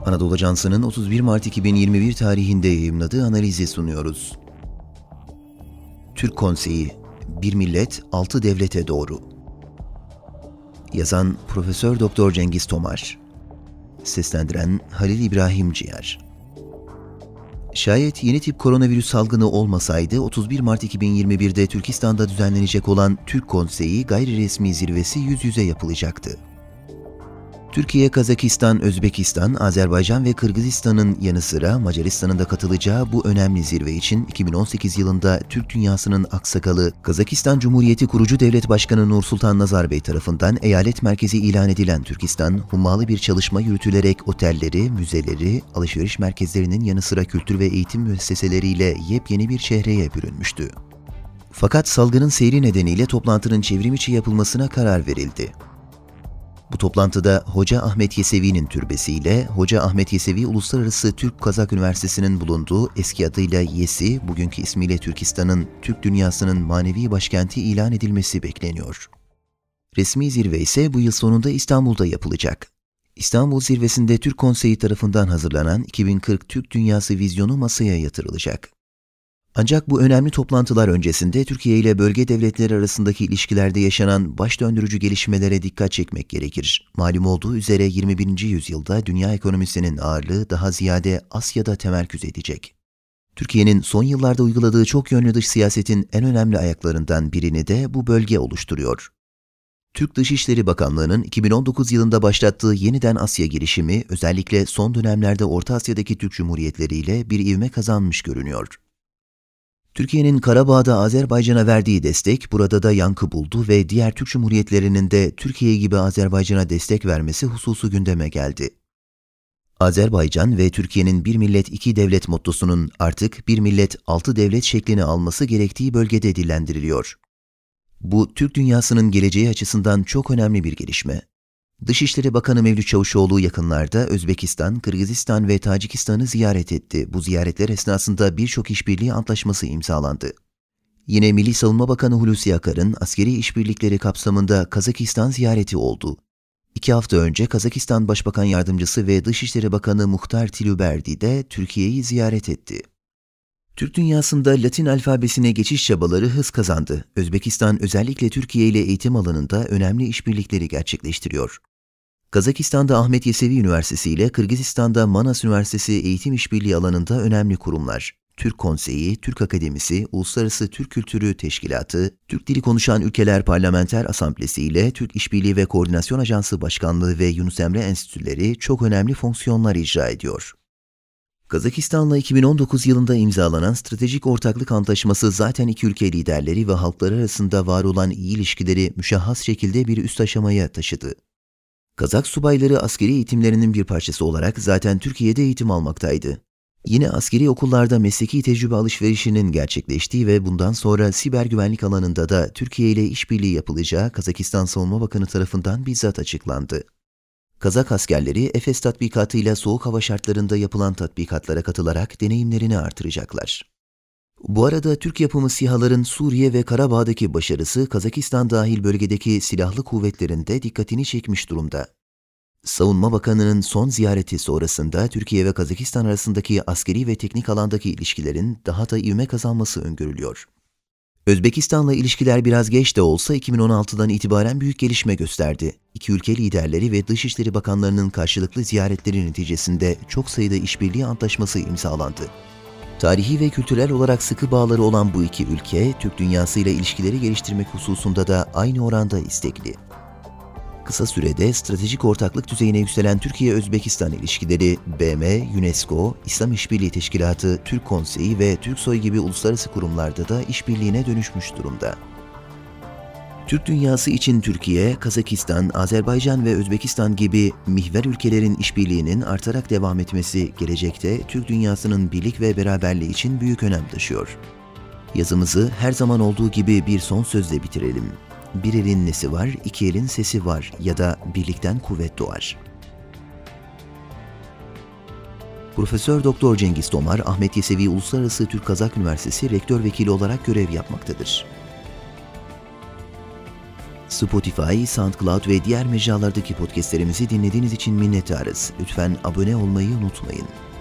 Anadolu Ajansı'nın 31 Mart 2021 tarihinde yayımladığı analizi sunuyoruz. Türk Konseyi, Bir Millet, Altı Devlete Doğru. Yazan Profesör Doktor Cengiz Tomar. Seslendiren Halil İbrahim Ciğer. Şayet yeni tip koronavirüs salgını olmasaydı 31 Mart 2021'de Türkistan'da düzenlenecek olan Türk Konseyi gayri resmi zirvesi yüz yüze yapılacaktı. Türkiye, Kazakistan, Özbekistan, Azerbaycan ve Kırgızistan'ın yanı sıra Macaristan'ın da katılacağı bu önemli zirve için 2018 yılında Türk dünyasının aksakalı Kazakistan Cumhuriyeti kurucu devlet başkanı Nursultan Nazarбey tarafından eyalet merkezi ilan edilen Türkistan, hummalı bir çalışma yürütülerek otelleri, müzeleri, alışveriş merkezlerinin yanı sıra kültür ve eğitim müesseseleriyle yepyeni bir şehreye bürünmüştü. Fakat salgının seyri nedeniyle toplantının çevrimiçi yapılmasına karar verildi. Bu toplantıda Hoca Ahmet Yesevi'nin türbesiyle Hoca Ahmet Yesevi Uluslararası Türk-Kazak Üniversitesi'nin bulunduğu eski adıyla YESİ, bugünkü ismiyle Türkistan'ın, Türk dünyasının manevi başkenti ilan edilmesi bekleniyor. Resmi zirve ise bu yıl sonunda İstanbul'da yapılacak. İstanbul zirvesinde Türk Konseyi tarafından hazırlanan 2040 Türk Dünyası vizyonu masaya yatırılacak. Ancak bu önemli toplantılar öncesinde Türkiye ile bölge devletleri arasındaki ilişkilerde yaşanan baş döndürücü gelişmelere dikkat çekmek gerekir. Malum olduğu üzere 21. yüzyılda dünya ekonomisinin ağırlığı daha ziyade Asya'da temerküz edecek. Türkiye'nin son yıllarda uyguladığı çok yönlü dış siyasetin en önemli ayaklarından birini de bu bölge oluşturuyor. Türk Dışişleri Bakanlığı'nın 2019 yılında başlattığı yeniden Asya girişimi özellikle son dönemlerde Orta Asya'daki Türk Cumhuriyetleri ile bir ivme kazanmış görünüyor. Türkiye'nin Karabağ'da Azerbaycan'a verdiği destek burada da yankı buldu ve diğer Türk Cumhuriyetlerinin de Türkiye gibi Azerbaycan'a destek vermesi hususu gündeme geldi. Azerbaycan ve Türkiye'nin bir millet iki devlet mottosunun artık bir millet altı devlet şeklini alması gerektiği bölgede dillendiriliyor. Bu Türk dünyasının geleceği açısından çok önemli bir gelişme. Dışişleri Bakanı Mevlüt Çavuşoğlu yakınlarda Özbekistan, Kırgızistan ve Tacikistan'ı ziyaret etti. Bu ziyaretler esnasında birçok işbirliği antlaşması imzalandı. Yine Milli Savunma Bakanı Hulusi Akar'ın askeri işbirlikleri kapsamında Kazakistan ziyareti oldu. 2 hafta önce Kazakistan Başbakan Yardımcısı ve Dışişleri Bakanı Muhtar Tiluberdi de Türkiye'yi ziyaret etti. Türk dünyasında Latin alfabesine geçiş çabaları hız kazandı. Özbekistan özellikle Türkiye ile eğitim alanında önemli işbirlikleri gerçekleştiriyor. Kazakistan'da Ahmet Yesevi Üniversitesi ile Kırgızistan'da Manas Üniversitesi eğitim işbirliği alanında önemli kurumlar. Türk Konseyi, Türk Akademisi, Uluslararası Türk Kültürü Teşkilatı, Türk Dili Konuşan Ülkeler Parlamenter Asamblesi ile Türk İşbirliği ve Koordinasyon Ajansı Başkanlığı ve Yunus Emre Enstitüleri çok önemli fonksiyonlar icra ediyor. Kazakistan'la 2019 yılında imzalanan Stratejik Ortaklık Antlaşması zaten iki ülke liderleri ve halkları arasında var olan iyi ilişkileri müşahhas şekilde bir üst aşamaya taşıdı. Kazak subayları askeri eğitimlerinin bir parçası olarak zaten Türkiye'de eğitim almaktaydı. Yine askeri okullarda mesleki tecrübe alışverişinin gerçekleştiği ve bundan sonra siber güvenlik alanında da Türkiye ile işbirliği yapılacağı Kazakistan Savunma Bakanı tarafından bizzat açıklandı. Kazak askerleri Efes tatbikatıyla soğuk hava şartlarında yapılan tatbikatlara katılarak deneyimlerini artıracaklar. Bu arada Türk yapımı SİHA'ların Suriye ve Karabağ'daki başarısı Kazakistan dahil bölgedeki silahlı kuvvetlerin de dikkatini çekmiş durumda. Savunma Bakanı'nın son ziyareti sonrasında Türkiye ve Kazakistan arasındaki askeri ve teknik alandaki ilişkilerin daha da ivme kazanması öngörülüyor. Özbekistan'la ilişkiler biraz geç de olsa 2016'dan itibaren büyük gelişme gösterdi. İki ülke liderleri ve Dışişleri Bakanlarının karşılıklı ziyaretleri neticesinde çok sayıda işbirliği antlaşması imzalandı. Tarihi ve kültürel olarak sıkı bağları olan bu iki ülke, Türk dünyasıyla ilişkileri geliştirmek hususunda da aynı oranda istekli. Kısa sürede stratejik ortaklık düzeyine yükselen Türkiye-Özbekistan ilişkileri, BM, UNESCO, İslam İşbirliği Teşkilatı, Türk Konseyi ve Türksoy gibi uluslararası kurumlarda da işbirliğine dönüşmüş durumda. Türk dünyası için Türkiye, Kazakistan, Azerbaycan ve Özbekistan gibi mihver ülkelerin işbirliğinin artarak devam etmesi gelecekte Türk dünyasının birlik ve beraberliği için büyük önem taşıyor. Yazımızı her zaman olduğu gibi bir son sözle bitirelim. Bir elin nesi var, iki elin sesi var ya da birlikten kuvvet doğar. Profesör Doktor Cengiz Tomar, Ahmet Yesevi Uluslararası Türk-Kazak Üniversitesi Rektör Vekili olarak görev yapmaktadır. Spotify, SoundCloud ve diğer mecralardaki podcastlerimizi dinlediğiniz için minnettarız. Lütfen abone olmayı unutmayın.